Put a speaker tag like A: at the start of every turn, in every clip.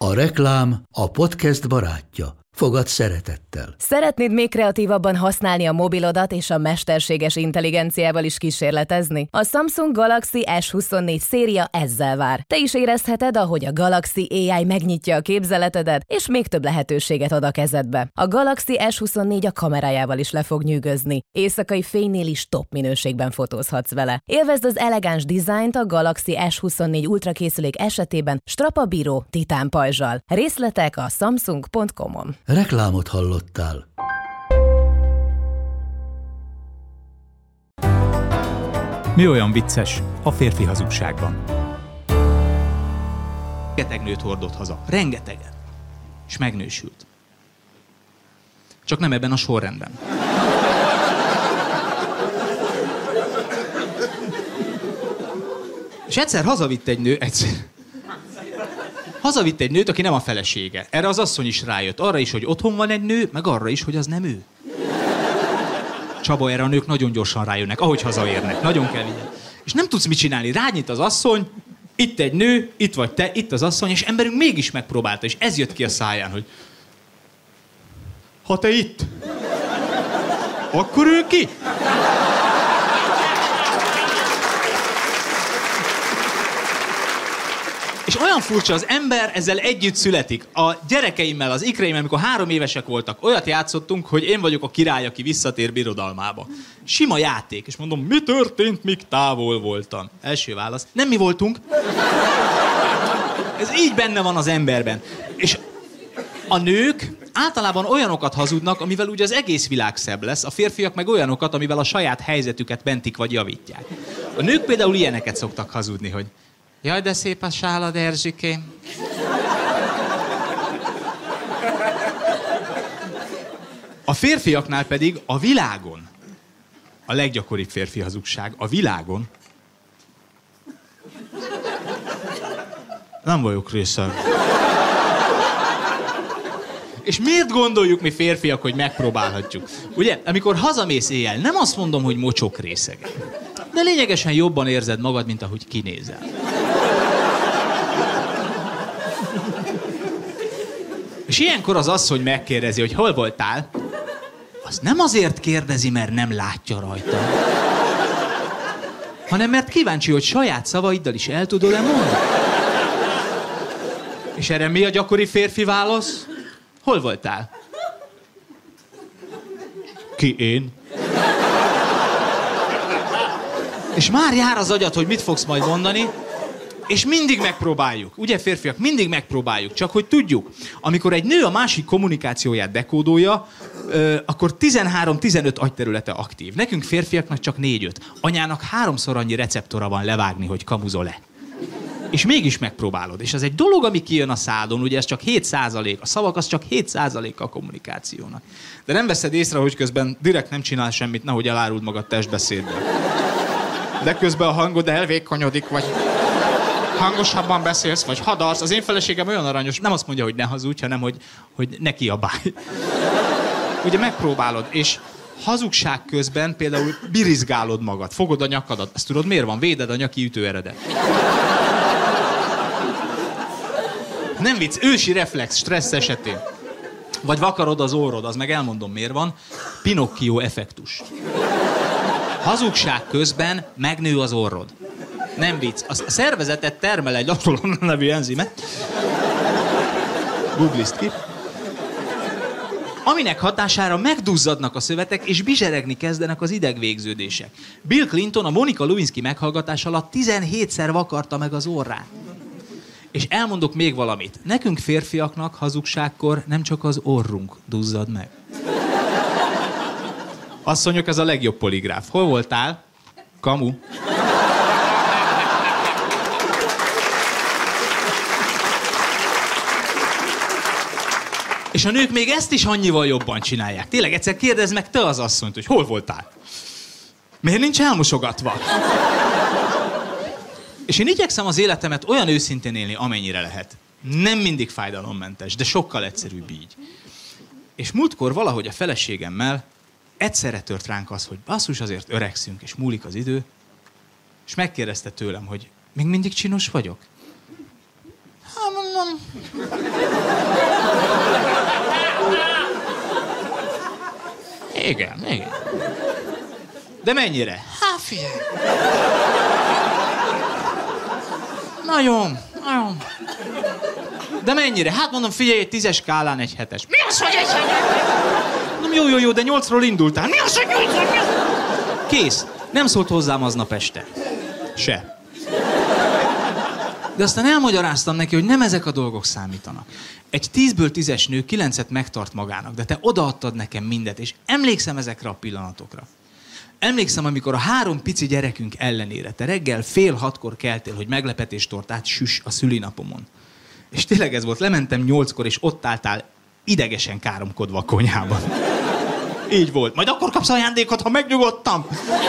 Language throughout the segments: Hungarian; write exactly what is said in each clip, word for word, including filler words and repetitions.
A: A reklám a podcast barátja. Fogad szeretettel.
B: Szeretnéd még kreatívabban használni a mobilodat és a mesterséges intelligenciával is kísérletezni? A Samsung Galaxy S huszonnégy széria ezzel vár. Te is érezheted, ahogy a Galaxy á i megnyitja a képzeletedet, és még több lehetőséget ad a kezedbe. A Galaxy S huszonnégy a kamerájával is le fog nyűgözni. Éjszakai fénynél is top minőségben fotózhatsz vele. Élvezd az elegáns dizájnt a Galaxy S huszonnégy Ultra készülék esetében strapabíró titán pajzsal. Részletek a samsung pont com-on.
A: Reklámot hallottál.
C: Mi olyan vicces a férfi hazugságban?
D: Rengeteg nőt hordott haza. Rengeteget. És megnősült. Csak nem ebben a sorrendben. És egyszer hazavitt egy nő, egyszer... Hazavitt egy nőt, aki nem a felesége. Erre az asszony is rájött. Arra is, hogy otthon van egy nő, meg arra is, hogy az nem ő. Csaba, erre a nők nagyon gyorsan rájönnek, ahogy hazaérnek. Nagyon kell így. És nem tudsz mit csinálni. Rányit az asszony, itt egy nő, itt vagy te, itt az asszony, és emberünk mégis megpróbálta, és ez jött ki a száján, hogy ha te itt, akkor ő ki? És olyan furcsa, az ember ezzel együtt születik. A gyerekeimmel, az ikreimmel, amikor három évesek voltak, olyat játszottunk, hogy én vagyok a király, aki visszatér birodalmába. Sima játék. És mondom, mi történt, míg távol voltam? Első válasz, nem mi voltunk. Ez így benne van az emberben. És a nők általában olyanokat hazudnak, amivel ugye az egész világ szebb lesz, a férfiak meg olyanokat, amivel a saját helyzetüket mentik vagy javítják. A nők például ilyeneket szoktak hazudni, hogy jaj, de szép a sálad, Erzsikém. A férfiaknál pedig a világon, a leggyakoribb férfi hazugság, a világon, nem vagyok részeg. És miért gondoljuk mi férfiak, hogy megpróbálhatjuk? Ugye, amikor hazamész éjjel, nem azt mondom, hogy mocsok részeg. De lényegesen jobban érzed magad, mint ahogy kinézel. És ilyenkor az asszony megkérdezi, hogy hol voltál, az nem azért kérdezi, mert nem látja rajta, hanem mert kíváncsi, hogy saját szavaiddal is el tudod-e mondani. És erre mi a gyakori férfi válasz? Hol voltál? Ki, én? És már jár az agyad, hogy mit fogsz majd mondani, és mindig megpróbáljuk. Ugye férfiak, mindig megpróbáljuk. Csak hogy tudjuk, amikor egy nő a másik kommunikációját dekódolja, akkor tizenhárom-tizenöt agyterülete aktív. Nekünk férfiaknak csak négy-öt. Anyának háromszor annyi receptora van levágni, hogy kamuzol-e. És mégis megpróbálod. És az egy dolog, ami kijön a szádon, ugye ez csak hét százalék. A szavak az csak hét százalék a kommunikációnak. De nem veszed észre, hogy közben direkt nem csinál semmit, nehogy eláruld magad testbeszéddel. De közben a hangod elvékonyodik, vagy hangosabban beszélsz, vagy hadarsz. Az én feleségem olyan aranyos, nem azt mondja, hogy ne hazudj, hanem hogy, hogy ne kiabálj. Ugye megpróbálod, és hazugság közben például birizgálod magad, fogod a nyakadat. Ezt tudod, miért van? Véded a nyaki ütőeredet. Nem vicc, ősi reflex, stressz esetén. Vagy vakarod az orrod, az meg elmondom miért van. Pinocchio effektus. Hazugság közben megnő az orrod. Nem vicc. A szervezetet termel egy latolon nevű enzimet. Googlizd ki. Aminek hatására megduzzadnak a szövetek, és bizseregni kezdenek az idegvégződések. Bill Clinton a Monica Lewinsky meghallgatás alatt tizenhétszer vakarta meg az orrát. És elmondok még valamit. Nekünk férfiaknak hazugságkor nem csak az orrunk duzzad meg. Asszonyok, ez a legjobb poligráf. Hol voltál? Kamu. És a nők még ezt is annyival jobban csinálják. Tényleg egyszer kérdezd meg te az asszonyt, hogy hol voltál? Miért nincs elmosogatva? És én igyekszem az életemet olyan őszintén élni, amennyire lehet. Nem mindig fájdalommentes, de sokkal egyszerűbb így. És múltkor valahogy a feleségemmel egyszerre tört ránk az, hogy basszus, azért öregszünk, és múlik az idő, és megkérdezte tőlem, hogy még mindig csinos vagyok? Hát mondom... Igen, igen. De mennyire? Hát figyelj. Nagyon, nagyon. De mennyire? Hát mondom, figyelj, egy tízes skálán egy hetes. Mi az, hogy egy hetes? Mondom, jó, jó, jó, de nyolcról indultál. Mi az, hogy nyolcról? Kész. Nem szólt hozzám aznap este. Se. De aztán elmagyaráztam neki, hogy nem ezek a dolgok számítanak. Egy tízből tízes nő kilencet megtart magának, de te odaadtad nekem mindet, és emlékszem ezekre a pillanatokra. Emlékszem, amikor a három pici gyerekünk ellenére te reggel fél hatkor keltél, hogy meglepetéstortát süss a szülinapomon. És tényleg ez volt, lementem nyolckor, és ott álltál idegesen káromkodva a konyhában. Így volt. Majd akkor kapsz ajándékot, ha megnyugodtam.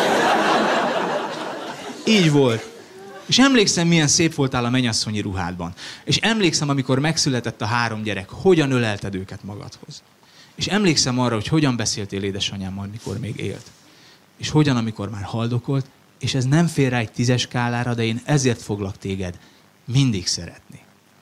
D: Így volt. És emlékszem, milyen szép voltál a mennyasszonyi ruhádban. És emlékszem, amikor megszületett a három gyerek, hogyan ölelted őket magadhoz. És emlékszem arra, hogy hogyan beszéltél édesanyámmal, mikor még élt. És hogyan, amikor már haldokolt, és ez nem fér rá egy tízes skálára, de én ezért foglak téged mindig szeretni.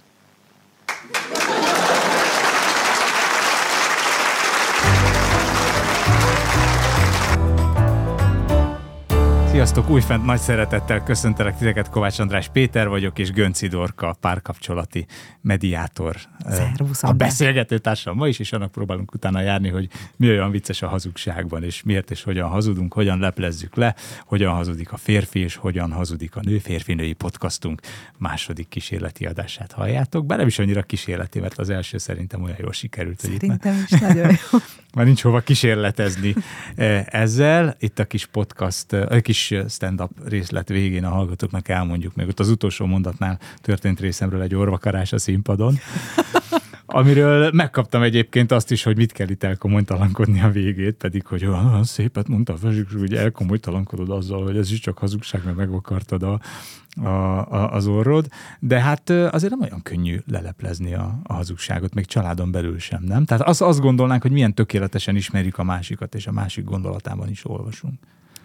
C: Sziasztok! Újfent nagy szeretettel köszöntelek titeket, Kovács András Péter vagyok, és Gönczy Dorka, párkapcsolati mediátor.
E: Szervusz,
C: a beszélgetőtársam ma is, és annak próbálunk utána járni, hogy mi olyan vicces a hazugságban, és miért és hogyan hazudunk, hogyan leplezzük le, hogyan hazudik a férfi, és hogyan hazudik a nő. Férfinői podcastunk második kísérleti adását halljátok. Bár nem is annyira kísérleti, mert az első szerintem olyan jól sikerült.
E: Szerintem is nagyon jó.
C: Már nincs hova kísérletezni ezzel. Itt a kis podcast, a kis stand-up részlet végén a hallgatóknak elmondjuk meg. Ott az utolsó mondatnál történt részemről egy orvakarás a színpadon, amiről megkaptam egyébként azt is, hogy mit kell itt elkomolytalankodni a végét, pedig, hogy olyan szépet mondta, hogy elkomolytalankodod azzal, hogy ez is csak hazugság, mert megvakartad a, a, a, az orrod. De hát azért nem olyan könnyű leleplezni a, a hazugságot, még családon belül sem, nem? Tehát azt, azt gondolnánk, hogy milyen tökéletesen ismerjük a másikat, és a másik gondolatában is olvasunk.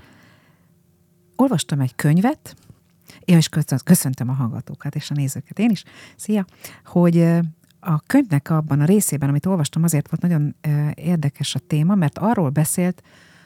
E: Olvastam egy könyvet, én is köszöntöm a hallgatókat és a nézőket, én is, szia, hogy a könyvnek abban a részében, amit olvastam, azért volt nagyon érdekes a téma, mert arról beszélt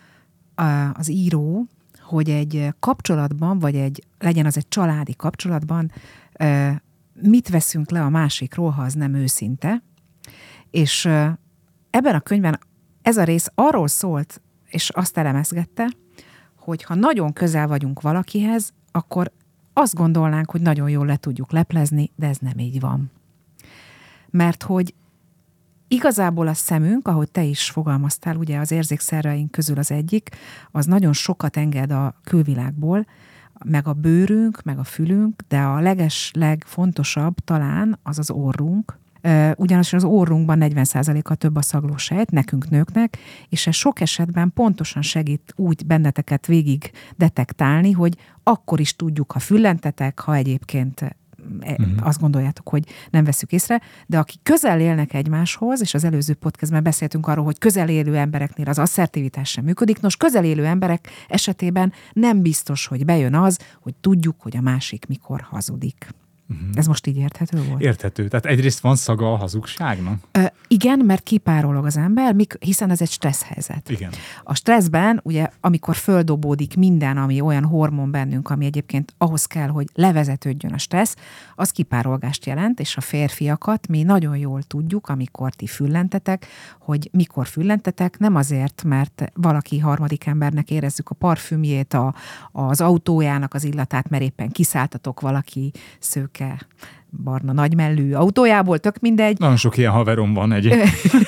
E: az író, hogy egy kapcsolatban, vagy egy, legyen az egy családi kapcsolatban, mit veszünk le a másikról, ha az nem őszinte. És ebben a könyvben ez a rész arról szólt, és azt elemezgette, hogy ha nagyon közel vagyunk valakihez, akkor azt gondolnánk, hogy nagyon jól le tudjuk leplezni, de ez nem így van. Mert hogy igazából a szemünk, ahogy te is fogalmaztál, ugye az érzékszerveink közül az egyik, az nagyon sokat enged a külvilágból, meg a bőrünk, meg a fülünk, de a leges, legfontosabb talán az az orrunk, ugyanis az orrunkban negyven százalékkal több a szaglósejt, nekünk nőknek, és ez sok esetben pontosan segít úgy benneteket végig detektálni, hogy akkor is tudjuk, ha füllentetek, ha egyébként uh-huh. azt gondoljátok, hogy nem veszük észre, de akik közel élnek egymáshoz, és az előző podcastben beszéltünk arról, hogy közel élő embereknél az asszertivitás sem működik, nos, közel élő emberek esetében nem biztos, hogy bejön az, hogy tudjuk, hogy a másik mikor hazudik. Uh-huh. Ez most így érthető volt?
C: Érthető. Tehát egyrészt van szaga a hazugságnak?
E: Ö, igen, mert kipárolog az ember, hiszen ez egy stressz helyzet.
C: Igen.
E: A stresszben, ugye, amikor földobódik minden, ami olyan hormon bennünk, ami egyébként ahhoz kell, hogy levezetődjön a stressz, az kipárolgást jelent, és a férfiakat mi nagyon jól tudjuk, amikor ti füllentetek, hogy mikor füllentetek, nem azért, mert valaki harmadik embernek érezzük a parfümjét, a, az autójának az illatát, mert éppen kiszálltatok valaki szőke barna nagymellű autójából, tök mindegy.
C: Nagyon sok ilyen haverom van egyébként.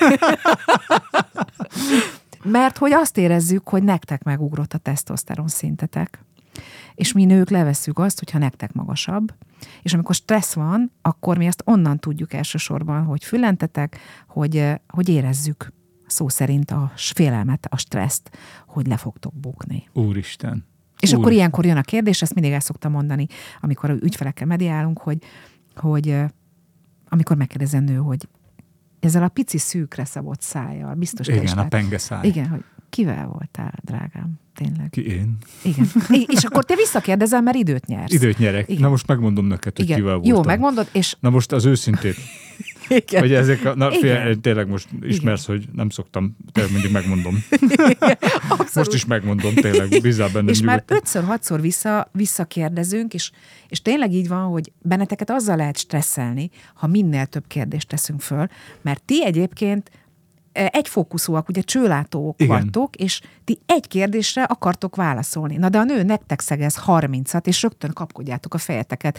E: Mert hogy azt érezzük, hogy nektek megugrott a tesztoszteron szintetek. És mi nők levesszük azt, hogyha nektek magasabb. És amikor stressz van, akkor mi ezt onnan tudjuk elsősorban, hogy füllentetek, hogy, hogy érezzük szó szerint a félelmet, a stresszt, hogy le fogtok bukni.
C: Úristen.
E: És
C: Úr.
E: akkor ilyenkor jön a kérdés, ezt mindig el szoktam mondani, amikor ügyfelekkel mediálunk, hogy, hogy amikor megkérdezem nő, hogy ezzel a pici szűkre szabott szájjal, biztos te
C: igen,
E: is
C: a
E: lát,
C: penge száj.
E: igen, hogy kivel voltál, drágám? Tényleg.
C: Ki én?
E: Igen. És akkor te visszakérdezel, mert időt nyersz.
C: Időt nyerek. Igen. Na most megmondom neked, hogy
E: Igen.
C: kivel voltam.
E: Jó, megmondod, és...
C: Na most az őszintét.
E: Igen.
C: Hogy ezek a, na,
E: Igen.
C: fél, tényleg most ismersz, igen. hogy nem szoktam, tényleg mindig megmondom. Most is megmondom, tényleg, bízzál bennem.
E: És
C: nyugodtan.
E: már ötször, hatszor vissza, visszakérdezünk, és, és tényleg így van, hogy benneteket azzal lehet stresszelni, ha minél több kérdést teszünk föl, mert ti egyébként egyfókuszúak, ugye csőlátók
C: igen.
E: vagytok, és ti egy kérdésre akartok válaszolni. Na de a nő nektek szegez harmincat, és rögtön kapkodjátok a fejeteket,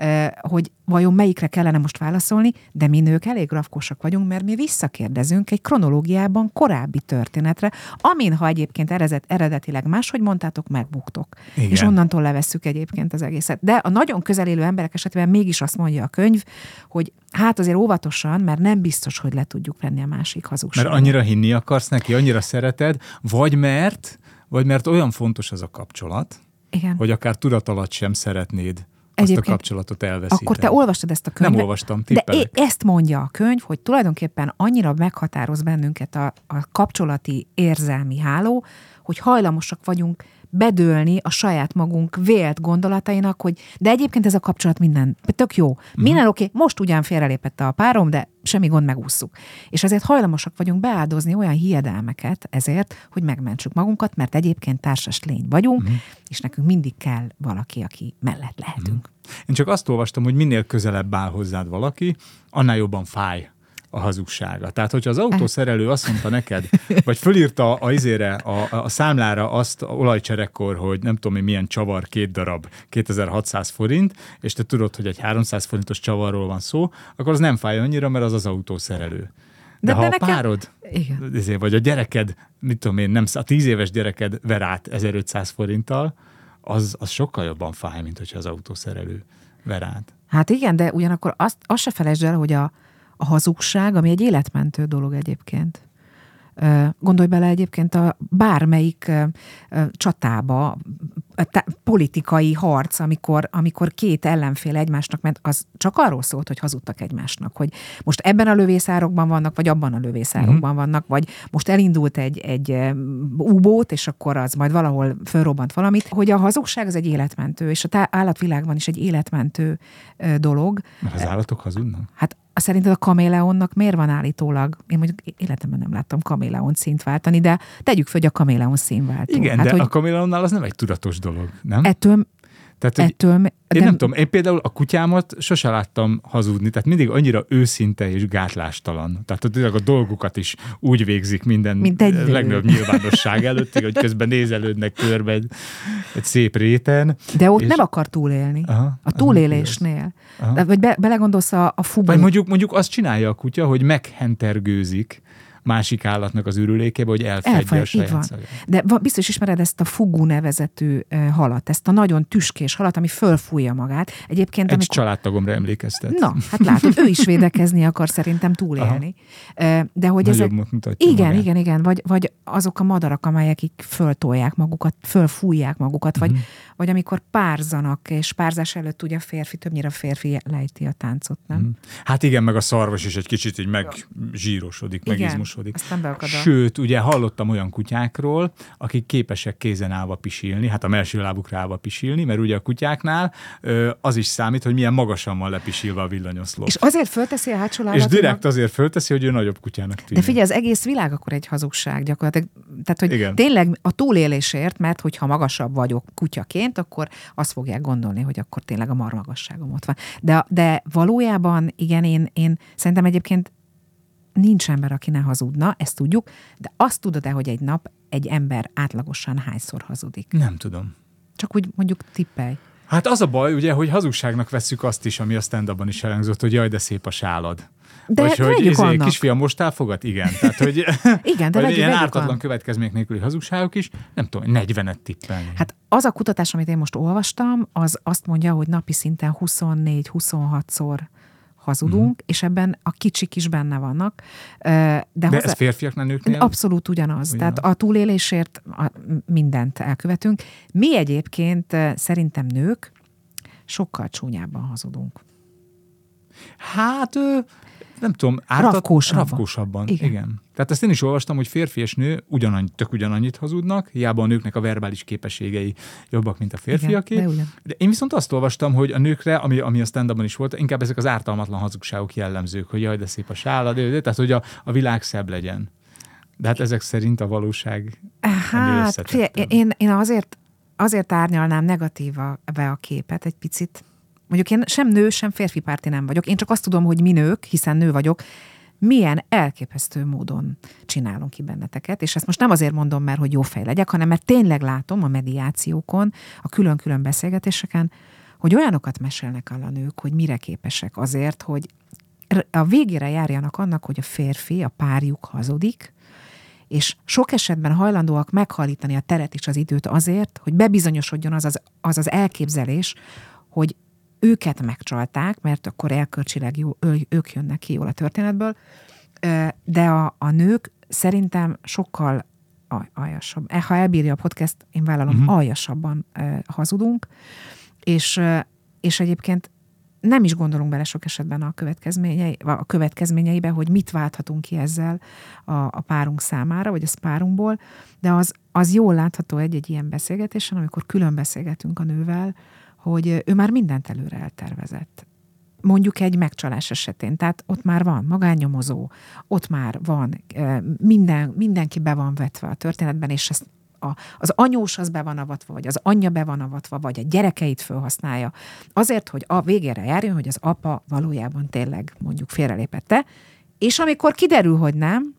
E: hogy vajon melyikre kellene most válaszolni, de mi nők elég rafkosak vagyunk, mert mi visszakérdezünk egy kronológiában korábbi történetre, amin, ha egyébként eredet, eredetileg máshogy mondtátok, megbuktok. Igen. És onnantól levesszük egyébként az egészet. De a nagyon közel élő emberek esetében mégis azt mondja a könyv, hogy hát azért óvatosan, mert nem biztos, hogy le tudjuk venni a másik hazugságot.
C: Mert annyira hinni akarsz neki, annyira szereted, vagy mert, vagy mert olyan fontos az a kapcsolat,
E: igen.
C: hogy akár tudat alatt sem szeretnéd
E: egyébként
C: azt a kapcsolatot elveszíteni.
E: Akkor te olvastad ezt a könyvet?
C: Nem olvastam, tippelek.
E: De ezt mondja a könyv, hogy tulajdonképpen annyira meghatároz bennünket a, a kapcsolati érzelmi háló, hogy hajlamosak vagyunk bedőlni a saját magunk vélt gondolatainak, hogy de egyébként ez a kapcsolat minden, tök jó. Minden mm-hmm. oké, okay, most ugyan félrelépett a párom, de semmi gond, megússzuk. És ezért hajlamosak vagyunk beáldozni olyan hiedelmeket ezért, hogy megmentsük magunkat, mert egyébként társas lény vagyunk, mm-hmm. és nekünk mindig kell valaki, aki mellett lehetünk.
C: Mm-hmm. Én csak azt olvastam, hogy minél közelebb áll hozzád valaki, annál jobban fáj a hazugsága. Tehát, hogyha az autószerelő azt mondta neked, vagy fölírta a, izére, a, a számlára azt olajcserekkor, hogy nem tudom, milyen csavar, két darab, kétezer-hatszáz forint, és te tudod, hogy egy háromszáz forintos csavarról van szó, akkor az nem fáj annyira, mert az az autószerelő. De, de ha de a nekem... párod, igen. vagy a gyereked, mit tudom én, nem, a tíz éves gyereked ver át ezerötszáz forinttal, az, az sokkal jobban fáj, mint hogyha az autószerelő ver át.
E: Hát igen, de ugyanakkor azt, azt se felejtsd el, hogy a A hazugság, ami egy életmentő dolog egyébként. Gondolj bele egyébként a bármelyik csatába, politikai harc, amikor, amikor két ellenfél egymásnak ment, az csak arról szólt, hogy hazudtak egymásnak, hogy most ebben a lövészárokban vannak, vagy abban a lövészárokban uh-huh. vannak, vagy most elindult egy, egy U-bót, és akkor az majd valahol fölrobbant valamit, hogy a hazugság az egy életmentő, és a tá- állatvilágban is egy életmentő dolog.
C: Mert az állatok hazudnak?
E: Hát szerinted a kaméleonnak miért van állítólag? Én mondjuk életemben nem láttam kaméleon színt váltani, de tegyük föl, hogy a kaméleon színváltó.
C: Igen,
E: hát,
C: de
E: hogy
C: a kaméleonnál az nem egy tudatos dolog, nem?
E: Ettől,
C: tehát, hogy
E: ettől
C: én
E: nem,
C: nem tudom, én például a kutyámat sose láttam hazudni, tehát mindig annyira őszinte és gátlástalan. Tehát tényleg a dolgokat is úgy végzik minden legnagyobb nyilvánosság előtt, hogy közben nézelődnek körbe egy, egy szép réten.
E: De ott
C: és...
E: nem akar túlélni. Aha, a túlélésnél.
C: Aha.
E: Vagy be, belegondolsz a, a fubu.
C: Vagy mondjuk, mondjuk azt csinálja a kutya, hogy meghentergőzik másik állatnak az ürülékébe, hogy elfedje Elfaj, a saját szagát.
E: De biztos ismered ezt a fugu nevezetű halat, ezt a nagyon tüskés halat, ami fölfújja magát. Egyébként,
C: Egy
E: amikor...
C: családtagomra emlékeztet.
E: Na, hát látod, ő is védekezni akar szerintem túlélni. Aha. De hogy ezek... Igen, magát. igen, igen. Vagy, vagy azok a madarak, amelyek így föltolják magukat, fölfújják magukat, vagy, uh-huh. vagy amikor párzanak, és párzás előtt ugye a férfi, többnyire a férfi lejti a táncot, nem? Uh-huh.
C: Hát igen, meg a szarvas is egy kicsit így megzsírosodik, megizmosodik.
E: Aztán
C: Sőt, ugye hallottam olyan kutyákról, akik képesek kézen állva pisilni, hát a mellső lábukra állva pisilni, mert ugye a kutyáknál az is számít, hogy milyen magasan van lepisilva a villanyoszlop.
E: És azért fölteszi a hátsó lábat.
C: És direkt azért fölteszi, hogy ő nagyobb kutyának tűnik.
E: De figyelj, az egész világ akkor egy hazugság gyakorlatilag. Tehát, hogy igen. Tényleg a túlélésért, mert hogyha magasabb vagyok kutyaként, akkor azt fogják gondolni, hogy akkor tényleg a marmagasságom ott van. De, de valójában, igen, én, én szerintem egyébként nincs ember, aki ne hazudna, ezt tudjuk, de azt tudod-e, hogy egy nap egy ember átlagosan hányszor hazudik?
C: Nem tudom.
E: Csak úgy mondjuk tippelj.
C: Hát az a baj, ugye, hogy hazugságnak vesszük azt is, ami a stand-upban is elhangzott, hogy jaj, de szép a sálad.
E: De
C: vagy hogy izé, kisfiam, most elfogad? Igen. Tehát, hogy
E: igen, de
C: ilyen ártatlan következmények nélküli hazugságok is, nem tudom, negyvenet tippelni.
E: Hát az a kutatás, amit én most olvastam, az azt mondja, hogy napi szinten huszonnégy-huszonhatszor hazudunk, mm. és ebben a kicsik is benne vannak. De,
C: de hozzá... ez férfiaknál, nőknél?
E: Abszolút ugyanaz. ugyanaz. Tehát a túlélésért mindent elkövetünk. Mi egyébként szerintem nők sokkal csúnyábban hazudunk.
C: Hát, nem tudom, ártat,
E: Rafkósabban.
C: rafkósabban.
E: Igen.
C: Igen. Tehát ezt én is olvastam, hogy férfi és nő ugyanannyi, tök ugyanannyit hazudnak, hiába a nőknek a verbális képességei jobbak, mint a férfiaké.
E: Igen, de, ugyan.
C: de én viszont azt olvastam, hogy a nőkre, ami, ami a stand-upban is volt, inkább ezek az ártalmatlan hazugságok jellemzők, hogy jaj, de szép a sálad, tehát hogy a, a világ szebb legyen. De hát ezek szerint a valóság
E: Hát, figyelj, én, én azért, azért árnyalnám negatíva be a képet egy picit. Mondjuk én sem nő, sem férfi párti nem vagyok. Én csak azt tudom, hogy mi nők, hiszen nő vagyok, milyen elképesztő módon csinálunk ki benneteket, és ezt most nem azért mondom, mert hogy jó fej legyek, hanem mert tényleg látom a mediációkon, a külön-külön beszélgetéseken, hogy olyanokat mesélnek el a nők, hogy mire képesek azért, hogy a végére járjanak annak, hogy a férfi, a párjuk hazudik, és sok esetben hajlandóak meghalítani a teret és az időt azért, hogy bebizonyosodjon az az, az, az elképzelés, hogy őket megcsalták, mert akkor elkölcsileg jó, ő, ők jönnek ki jól a történetből, de a, a nők szerintem sokkal aljasabb. Ha elbírja a podcast, én vállalom, uh-huh. aljasabban hazudunk, és, és egyébként nem is gondolunk bele sok esetben a, következményei, a következményeibe, hogy mit válthatunk ki ezzel a, a párunk számára, vagy a párunkból, de az, az jól látható egy-egy ilyen beszélgetésen, amikor külön beszélgetünk a nővel, hogy ő már mindent előre eltervezett. Mondjuk egy megcsalás esetén, tehát ott már van magánnyomozó, ott már van, minden, mindenki be van vetve a történetben, és ezt a, az anyós az be van avatva, vagy az anyja be van avatva, vagy a gyerekeit felhasználja. Azért, hogy a végére járjon, hogy az apa valójában tényleg mondjuk félrelépette, és amikor kiderül, hogy nem,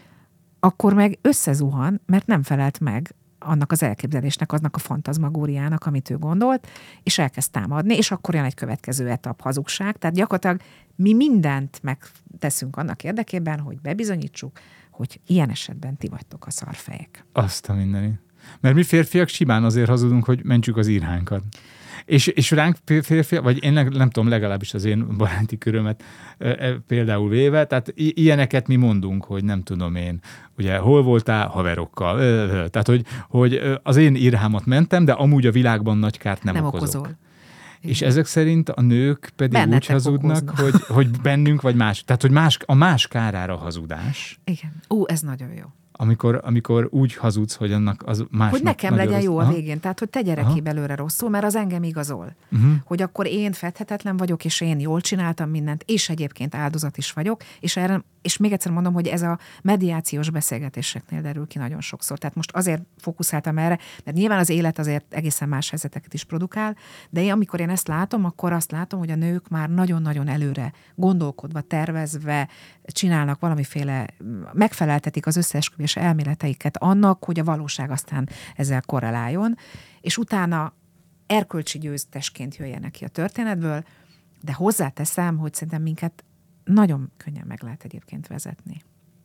E: akkor meg összezuhan, mert nem felelt meg annak az elképzelésnek, aznak a fantazmagóriának, amit ő gondolt, és elkezd támadni, és akkor jön egy következő etap, hazugság. Tehát gyakorlatilag mi mindent megteszünk annak érdekében, hogy bebizonyítsuk, hogy ilyen esetben ti vagytok a szarfejek.
C: Azt a mindeni. Mert mi férfiak simán azért hazudunk, hogy mentsük az írhánkat. És, és ránk férfiak, vagy én nem tudom, legalábbis az én baráti körömet e, például véve, tehát i- ilyeneket mi mondunk, hogy nem tudom én, ugye hol voltál haverokkal, tehát hogy, hogy az én írhámat mentem, de amúgy a világban nagy kárt nem,
E: nem
C: okozok.
E: Okozol.
C: És ezek szerint a nők pedig
E: Bennetek
C: úgy hazudnak, hogy, hogy bennünk vagy más, tehát hogy más, a más kárára hazudás.
E: Igen. Ú, ez nagyon jó.
C: Amikor, amikor úgy hazudsz, hogy annak az másnak
E: hogy nekem legyen
C: rossz.
E: jó
C: Aha.
E: a végén, tehát hogy te gyere ki belőle rosszul, mert az engem igazol.
C: Uh-huh.
E: Hogy akkor én fedhetetlen vagyok, és én jól csináltam mindent, és egyébként áldozat is vagyok, és erre, és még egyszer mondom, hogy ez a mediációs beszélgetéseknél derül ki nagyon sokszor. Tehát most azért fókuszáltam erre, mert nyilván az élet azért egészen más helyzeteket is produkál, de én, amikor én ezt látom, akkor azt látom, hogy a nők már nagyon-nagyon előre gondolkodva, tervezve csinálnak valamiféle, megfeleltetik az összeesküvés elméleteiket annak, hogy a valóság aztán ezzel korreláljon, és utána erkölcsi győztesként jöjjenek ki a történetből, de hozzáteszem, hogy szerintem minket nagyon könnyen meg lehet egyébként vezetni.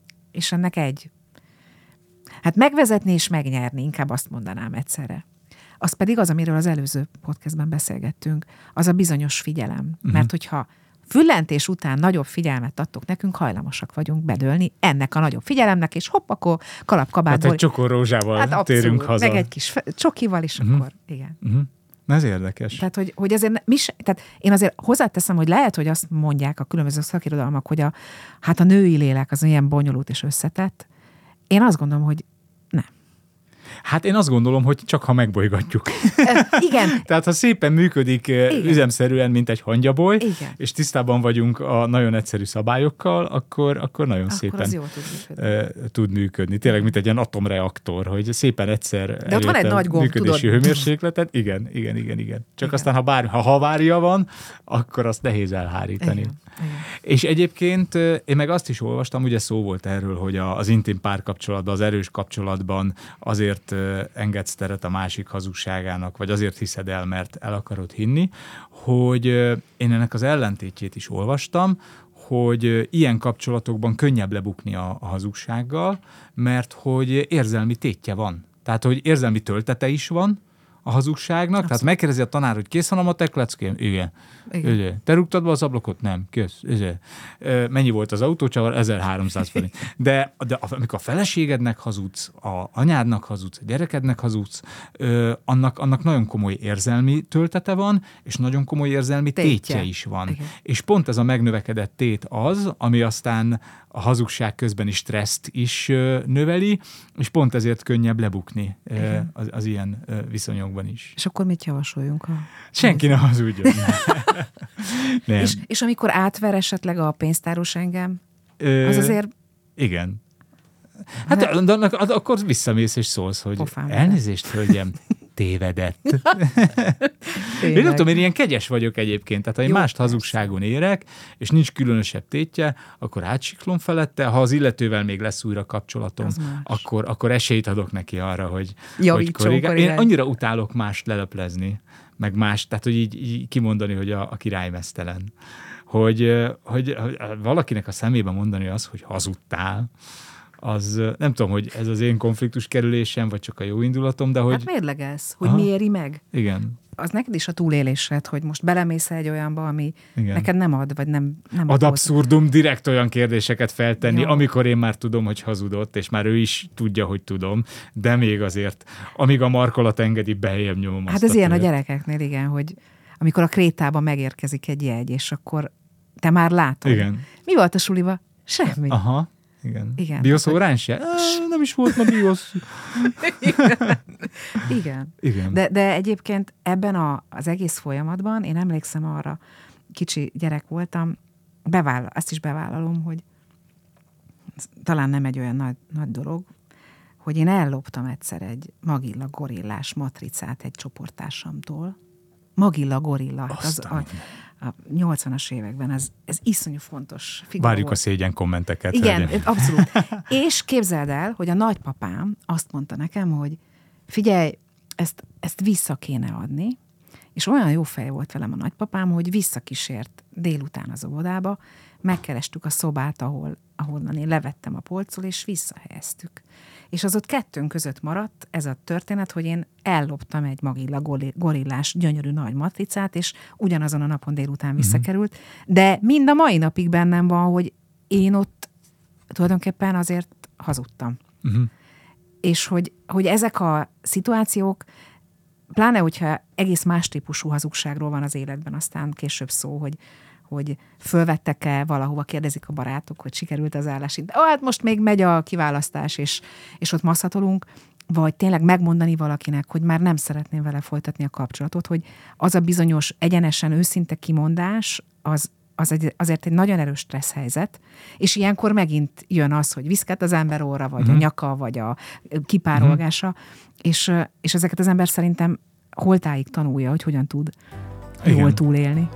E: És ennek egy. Hát megvezetni és megnyerni, inkább azt mondanám egyszerre. Az pedig az, amiről az előző podcastben beszélgettünk, az a bizonyos figyelem. Uh-huh. Mert hogyha füllentés után nagyobb figyelmet adtok nekünk, hajlamosak vagyunk bedőlni ennek a nagyobb figyelemnek, és hopp, akkor kalapkabátból.
C: Hát egy csokorrózsával hát térünk haza.
E: Meg egy kis csokival is, uh-huh. akkor igen.
C: Uh-huh. Ez érdekes.
E: Tehát, hogy, hogy azért mi se, tehát én azért hozzáteszem, hogy lehet, hogy azt mondják a különböző szakirodalmak, hogy a, hát a női lélek az ilyen bonyolult és összetett. Én azt gondolom, hogy nem.
C: Hát én azt gondolom, hogy csak ha megbolygatjuk.
E: Igen.
C: Tehát ha szépen működik Igen. üzemszerűen, mint egy hangyaboly,
E: Igen.
C: és tisztában vagyunk a nagyon egyszerű szabályokkal, akkor, akkor nagyon
E: akkor
C: szépen
E: az jól tud működni.
C: tud működni. Tényleg, mint egy ilyen atomreaktor, hogy szépen egyszer
E: de ott van egy nagy gomb,
C: működési
E: tudod.
C: hőmérsékletet. Igen, igen, igen, igen. Csak
E: igen.
C: aztán, ha, bár, ha havária van, akkor azt nehéz elhárítani.
E: Igen. Igen.
C: És egyébként én meg azt is olvastam, ugye szó volt erről, hogy az intim párkapcsolatban, az erős kapcsolatban azért engedsz teret a másik hazugságának, vagy azért hiszed el, mert el akarod hinni, hogy én ennek az ellentétjét is olvastam, hogy ilyen kapcsolatokban könnyebb lebukni a, a hazugsággal, mert hogy érzelmi tétje van. Tehát, hogy érzelmi töltete is van a hazugságnak, Abszolút. Tehát megkérdezi a tanár, hogy kész van a matek leckém? Igen. Igen. Te rúgtad be az ablakot? Nem. Kész. Igen. Mennyi volt az autócsavar? ezerháromszáz forint. De, de amikor a feleségednek hazudsz, a anyádnak hazudsz, a gyerekednek hazudsz, annak, annak nagyon komoly érzelmi töltete van, és nagyon komoly érzelmi tétje, tétje is van. Igen. És pont ez a megnövekedett tét az, ami aztán a hazugság közbeni stresszt is növeli, és pont ezért könnyebb lebukni az, az ilyen viszonyokban is.
E: És akkor mit javasoljunk? A...
C: Senki ne hazudjon. Nem.
E: És, és amikor átver esetleg a pénztáros engem, az azért...
C: Igen. Hát de, de, de, de akkor visszamész és szólsz, hogy Pofán elnézést, hölgyem, tévedett. Én nem tudom, én ilyen kegyes vagyok egyébként, tehát ha én Jó, mást hazugságon érek, és nincs különösebb tétje, akkor átsiklom felette, ha az illetővel még lesz újra kapcsolatom, akkor, akkor esélyt adok neki arra, hogy, hogy korrigál. Én annyira utálok mást leleplezni, meg más, tehát hogy így, így kimondani, hogy a, a király meztelen. Hogy, hogy, hogy valakinek a szemébe mondani az, hogy hazudtál, az nem tudom, hogy ez az én konfliktus kerülésem, vagy csak a jó indulatom, de hogy...
E: Hát mérlegelsz, hogy Aha. mi éri meg.
C: Igen.
E: Az neked is a túlélésed, hogy most belemész egy olyanba, ami Igen. neked nem ad, vagy nem... nem
C: ad abszurdum direkt olyan kérdéseket feltenni, Jó. amikor én már tudom, hogy hazudott, és már ő is tudja, hogy tudom, de még azért, amíg a markolat engedi, beheljem nyomom
E: Hát ez ilyen a gyerekeknél, igen, hogy amikor a krétában megérkezik egy jegy, és akkor te már látod.
C: Igen.
E: Mi volt a suliba? Semmi.
C: Aha. Igen. Igen. Bioszórán se? Ah, nem is volt ma biosz.
E: Igen. Igen.
C: Igen.
E: De, de egyébként ebben a, az egész folyamatban, én emlékszem arra, kicsi gyerek voltam, bevállal, azt is bevállalom, hogy talán nem egy olyan nagy, nagy dolog, hogy én elloptam egyszer egy Magilla gorillás matricát egy csoporttársamtól. Magilla gorilla. Az, a, a nyolcvanas években ez, ez iszonyú fontos figura
C: Várjuk
E: volt.
C: A szégyen kommenteket.
E: Igen,
C: legyen.
E: abszolút. És képzeld el, hogy a nagypapám azt mondta nekem, hogy figyelj, ezt, ezt vissza kéne adni, és olyan jó fej volt velem a nagypapám, hogy visszakísért délután az óvodába, megkerestük a szobát, ahol, ahonnan én levettem a polcról, és visszahelyeztük. És az ott kettőnk között maradt ez a történet, hogy én elloptam egy Magilla gorillás gyönyörű nagy matricát, és ugyanazon a napon délután visszakerült, uh-huh. de mind a mai napig bennem van, hogy én ott tulajdonképpen azért hazudtam. Uh-huh. És hogy, hogy ezek a szituációk, pláne, hogyha egész más típusú hazugságról van az életben, aztán később szó, hogy hogy fölvettek-e valahova, kérdezik a barátok, hogy sikerült az állás. De hát most még megy a kiválasztás, és, és ott masszatolunk, vagy tényleg megmondani valakinek, hogy már nem szeretném vele folytatni a kapcsolatot, hogy az a bizonyos egyenesen őszinte kimondás, az, az egy, azért egy nagyon erős stressz helyzet, és ilyenkor megint jön az, hogy viszket az ember óra, vagy mm. a nyaka, vagy a kipárolgása, mm. és, és ezeket az ember szerintem holtáig tanulja, hogy hogyan tud Igen. jól túlélni.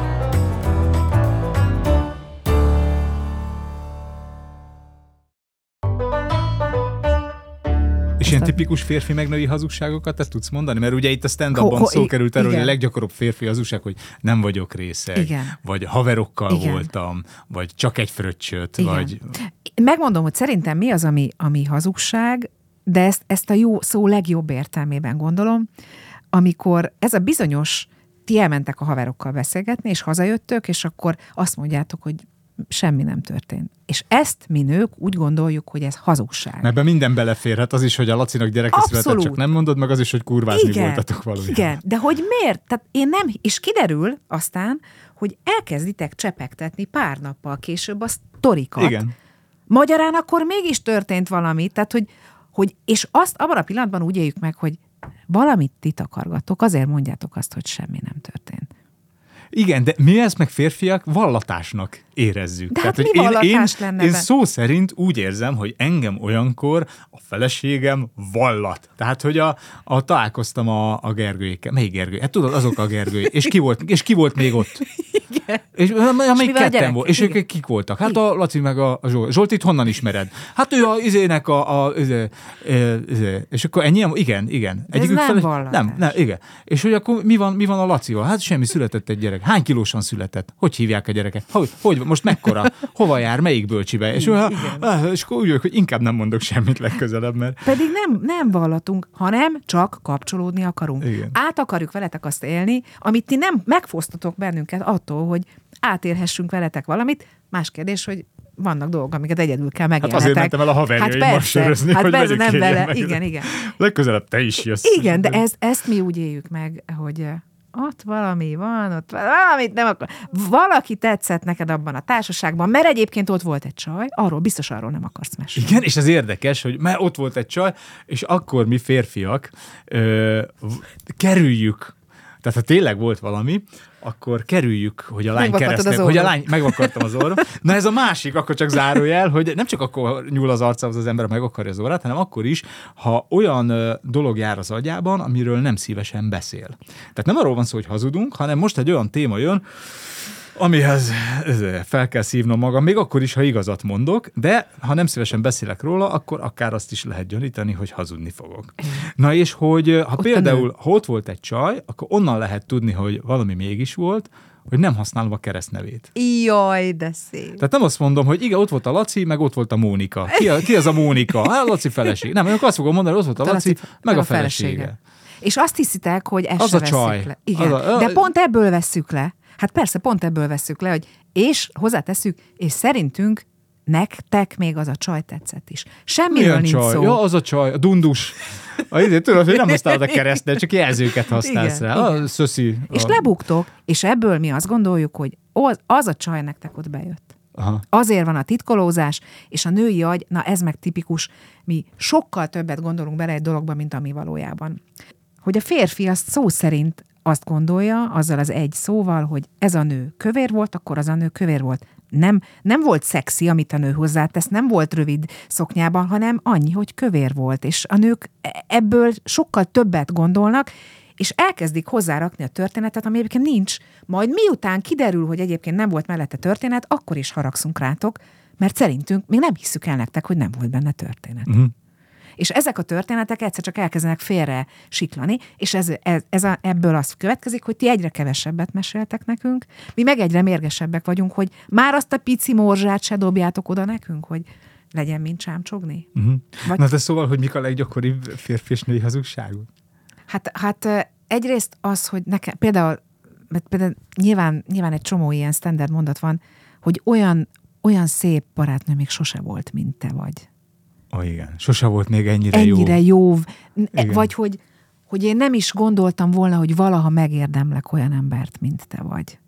C: És ilyen tipikus férfi meg női hazugságokat te tudsz mondani? Mert ugye itt a stand-upban szó ho, került erről, hogy a leggyakoribb férfi hazugság, hogy nem vagyok részeg, igen. vagy haverokkal igen. voltam, vagy csak egy fröccsöt, igen. vagy...
E: Megmondom, hogy szerintem mi az, ami, ami hazugság, de ezt, ezt a jó szó legjobb értelmében gondolom, amikor ez a bizonyos, ti elmentek a haverokkal beszélgetni, és hazajöttök, és akkor azt mondjátok, hogy semmi nem történt. És ezt mi nők úgy gondoljuk, hogy ez hazugság.
C: Mert ebben minden beleférhet, az is, hogy a Lacinak gyereke született, csak nem mondod, meg az is, hogy kurvázni igen, voltatok valójában.
E: Igen, de hogy miért? Tehát én nem, és kiderül aztán, hogy elkezditek csepegtetni pár nappal később a sztorikat.
C: Igen.
E: Magyarán akkor mégis történt valami, tehát hogy, hogy és azt abban a pillanatban úgy éljük meg, hogy valamit ti takargatok, azért mondjátok azt, hogy semmi nem történt.
C: Igen, de mi ezt meg férfiak vallatásnak érezzük.
E: De tehát, hát mi vallatás
C: én,
E: lenne?
C: Én szó szerint úgy érzem, hogy engem olyankor a feleségem vallat. Tehát, hogy a, a találkoztam a, a Gergőjékkel. Melyik Gergőj? Hát tudod, azok a Gergői. És ki volt, és ki volt még ott?
E: Igen.
C: És, és ketten volt. És ők kik voltak? Hát a Laci meg a, a Zsolt. Zsoltit honnan ismered? Hát ő a izének a... a izé, izé. És akkor ennyi? Igen, igen.
E: Ez nem fele... vallatás.
C: Nem, nem, igen. És hogy akkor mi van, mi van a Lacival? Hát semmi, született egy gyerek. gyerek? Hány kilósan született? Hogy hívják a gyereket? Hogy, hogy most mekkora? Hova jár? Melyik bölcsibe? És, ah, ah, és akkor úgy vagyok, hogy inkább nem mondok semmit legközelebb, mert...
E: Pedig nem, nem vallatunk, hanem csak kapcsolódni akarunk.
C: Igen.
E: Át akarjuk veletek azt élni, amit ti nem megfosztatok bennünket attól, hogy átérhessünk veletek valamit. Más kérdés, hogy vannak dolgok, amiket egyedül kell megélnetek.
C: Hát azért mentem el a haverjaimmal sörözni,
E: hát
C: hogy
E: persze, nem vele.
C: meg.
E: Igen, igen.
C: Legközelebb te is jössz.
E: Igen, de ez, ezt mi úgy éljük meg, hogy ott valami van, ott valamit nem akar. Valaki tetszett neked abban a társaságban, mert egyébként ott volt egy csaj, arról biztos arról nem akarsz mesélni.
C: Igen, és az érdekes, hogy mert ott volt egy csaj, és akkor mi férfiak ö, kerüljük, tehát ha tényleg volt valami, akkor kerüljük, hogy a lány keresztnek, hogy a lány, megvakartam az orrom. Na ez a másik, akkor csak zárójel, hogy nem csak akkor nyúl az arcához az ember, meg akarja az orrát, hanem akkor is, ha olyan ö, dolog jár az agyában, amiről nem szívesen beszél. Tehát nem arról van szó, hogy hazudunk, hanem most egy olyan téma jön, amihez fel kell szívnom magam, még akkor is, ha igazat mondok, de ha nem szívesen beszélek róla, akkor akár azt is lehet gyanítani, hogy hazudni fogok. Na és hogy ha ott például, ha ott volt egy csaj, akkor onnan lehet tudni, hogy valami mégis volt, hogy nem használom a keresztnevét.
E: Jaj, de szép.
C: Tehát nem azt mondom, hogy igen, ott volt a Laci, meg ott volt a Mónika. Ki, a, ki az a Mónika? Hát a Laci feleség. Nem, akkor azt fogom mondani, hogy ott volt a Laci, meg, meg a felesége. felesége.
E: És azt hiszitek, hogy ezt
C: az
E: se
C: a csaj.
E: le. Igen.
C: Az a,
E: de pont ebből vesszük le. Hát persze, pont ebből vesszük le, hogy és hozzáteszük, és szerintünk nektek még az a csaj tetszett is. Semmiről
C: milyen
E: nincs
C: csaj?
E: szó.
C: Ja, az a csaj, a dundus. A idő, tudod, hogy nem használod a keresztet, csak jelzőket használsz
E: igen,
C: rá.
E: igen.
C: A szöszi.
E: És
C: a...
E: lebuktok, és ebből mi azt gondoljuk, hogy az, az a csaj nektek ott bejött.
C: Aha.
E: Azért van a titkolózás, és a női agy, na ez meg tipikus, mi sokkal többet gondolunk bele egy dologba, mint ami valójában. Hogy a férfi azt szó szerint azt gondolja, azzal az egy szóval, hogy ez a nő kövér volt, akkor az a nő kövér volt. Nem, nem volt szexi, amit a nő hozzátesz, nem volt rövid szoknyában, hanem annyi, hogy kövér volt. És a nők ebből sokkal többet gondolnak, és elkezdik hozzárakni a történetet, ami egyébként nincs. Majd miután kiderül, hogy egyébként nem volt mellette történet, akkor is haragszunk rátok, mert szerintünk még nem hisszük el nektek, hogy nem volt benne történet. Uh-huh. És ezek a történetek egyszer csak elkezdenek félre siklani, és ez, ez, ez a, ebből az következik, hogy ti egyre kevesebbet meséltek nekünk, mi meg egyre mérgesebbek vagyunk, hogy már azt a pici morzsát se dobjátok oda nekünk, hogy legyen mint csámcsogni.
C: Uh-huh.
E: Vagy...
C: Na de szóval, hogy mik a leggyakoribb férfi és női hazugságok?
E: Hát, hát egyrészt az, hogy nekem, például, például nyilván, nyilván egy csomó ilyen standard mondat van, hogy olyan, olyan szép barátnő még sose volt, mint te vagy.
C: Ó, oh, igen. Sose volt még ennyire,
E: ennyire jó. jó.
C: Igen.
E: Vagy hogy, hogy én nem is gondoltam volna, hogy valaha megérdemlek olyan embert, mint te vagy.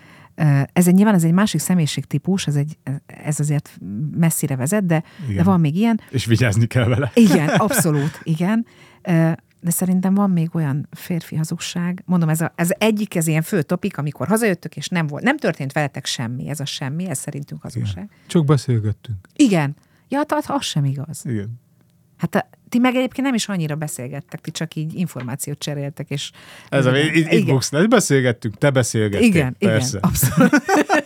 E: Ez egy, nyilván ez egy másik személyiségtípus, ez, egy, ez azért messzire vezet, de, de van még ilyen.
C: És vigyázni kell vele.
E: Igen, abszolút, igen. De szerintem van még olyan férfi hazugság. Mondom, ez, a, ez egyik, ez ilyen fő topik, amikor hazajöttök, és nem volt, nem történt veletek semmi. Ez a semmi, ez szerintünk hazugság.
C: Igen. Csak beszélgettünk.
E: Igen. Ja, hát az sem igaz.
C: Igen.
E: Hát a, ti meg egyébként nem is annyira beszélgettek, ti csak így információt cseréltek, és...
C: Ez a itt boxnál beszélgettünk, te beszélgettél.
E: Igen,
C: persze.
E: igen, abszolút.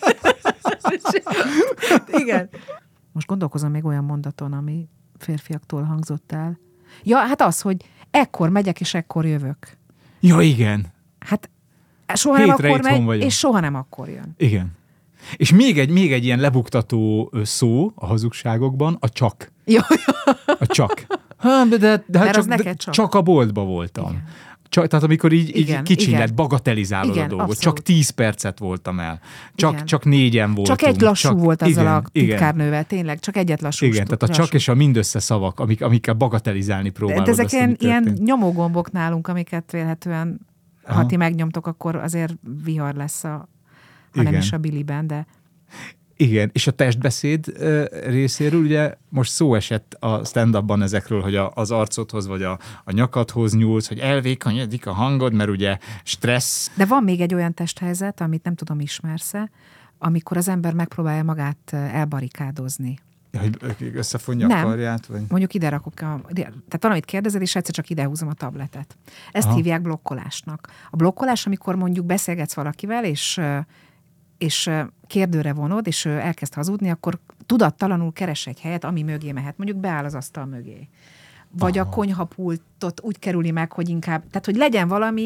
E: Igen. Most gondolkozom még olyan mondaton, ami férfiaktól hangzott el. Ja, hát az, hogy ekkor megyek, és ekkor jövök.
C: Ja, igen.
E: Hát soha nem akkor megy, vagyok. És soha nem akkor jön.
C: Igen. És még egy, még egy ilyen lebuktató szó a hazugságokban, a csak.
E: Jó,
C: a csak. Ha, de de, de hát csak,
E: de
C: csak. csak a boltba voltam. Csak, tehát amikor így, igen, így kicsin lett, bagatelizálod igen, a dolgot. Abszolút. Csak tíz percet voltam el. Csak, csak négyen voltunk.
E: Csak egy lassú
C: csak,
E: volt azzal
C: igen,
E: a titkárnővel, tényleg. Csak egyet lassú.
C: Igen, tehát a csak és a mindössze szavak, amik, amikkel bagatelizálni próbálod.
E: De ezek ilyen, ilyen nyomógombok nálunk, amiket vélhetően, ha ti megnyomtok, akkor azért vihar lesz a, ha nem is a biliben, de...
C: Igen, és a testbeszéd uh, részéről ugye most szó esett a stand-upban ezekről, hogy a, az arcodhoz vagy a, a nyakadhoz nyúlsz, hogy elvékonyodik a hangod, mert ugye stressz.
E: De van még egy olyan testhelyzet, amit nem tudom, ismersz-e, amikor az ember megpróbálja magát elbarikádozni.
C: Hogy összefonja
E: nem.
C: a karját? Vagy?
E: Mondjuk ide rakok, a, tehát valamit kérdezed, és egyszer csak idehúzom a tabletet. Ezt Aha. hívják blokkolásnak. A blokkolás, amikor mondjuk beszélgetsz valakivel, és és kérdőre vonod, és ő elkezd hazudni, akkor tudattalanul keres egy helyet, ami mögé mehet. Mondjuk beáll az asztal mögé. Vagy Aha. a konyhapultot úgy kerüli meg, hogy inkább, tehát hogy legyen valami,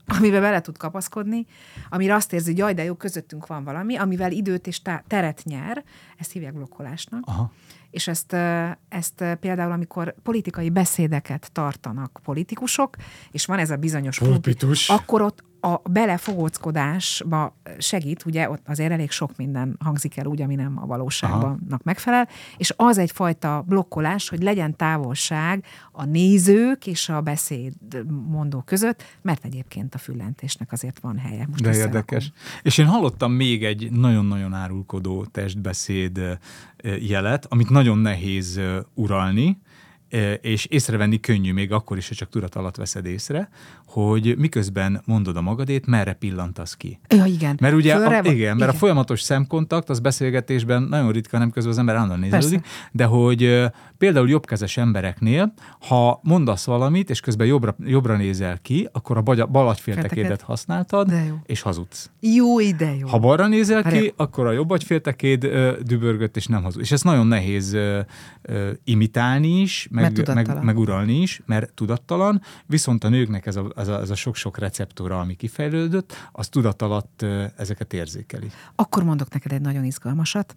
E: amivel bele tud kapaszkodni, amire azt érzi, hogy jaj, de jó, közöttünk van valami, amivel időt és teret nyer, ezt hívják blokkolásnak. Aha. És ezt, ezt például, amikor politikai beszédeket tartanak politikusok, és van ez a bizonyos
C: pulpitus,
E: klub, akkor ott a belefogóckodásba segít, ugye ott azért elég sok minden hangzik el úgy, ami nem a valóságnak megfelel, és az egyfajta blokkolás, hogy legyen távolság a nézők és a beszédmondó között, mert egyébként a füllentésnek azért van helye. Most
C: de érdekes. És én hallottam még egy nagyon-nagyon árulkodó testbeszéd jelet, amit nagyon nehéz uralni, és észrevenni könnyű, még akkor is, hogy csak tudat alatt veszed észre, hogy miközben mondod a magadét, merre pillantasz ki.
E: Ja, igen.
C: Mert ugye, a, igen, igen, mert a folyamatos szemkontakt, az beszélgetésben nagyon ritka, nem közben az ember állandóan nézelődik, de hogy uh, például jobbkezes embereknél, ha mondasz valamit, és közben jobbra, jobbra nézel ki, akkor a bal agyféltekédet használtad, és hazudsz.
E: Jó ide, jó.
C: Ha balra nézel ki, Hárja. akkor a jobb agyféltekéd uh, dübörgött, és nem hazudsz. És ez nagyon nehéz uh, uh, imitálni is, meg, meg, meg uralni is, mert tudattalan, viszont a nőknek ez a, ez a, ez a sok-sok receptora, ami kifejlődött, az tudat alatt ezeket érzékeli.
E: Akkor mondok neked egy nagyon izgalmasat.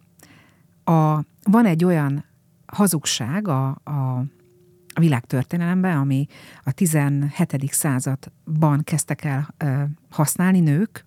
E: A, van egy olyan hazugság a, a, a világtörténelemben, ami a tizenhetedik században kezdtek el ö, használni nők,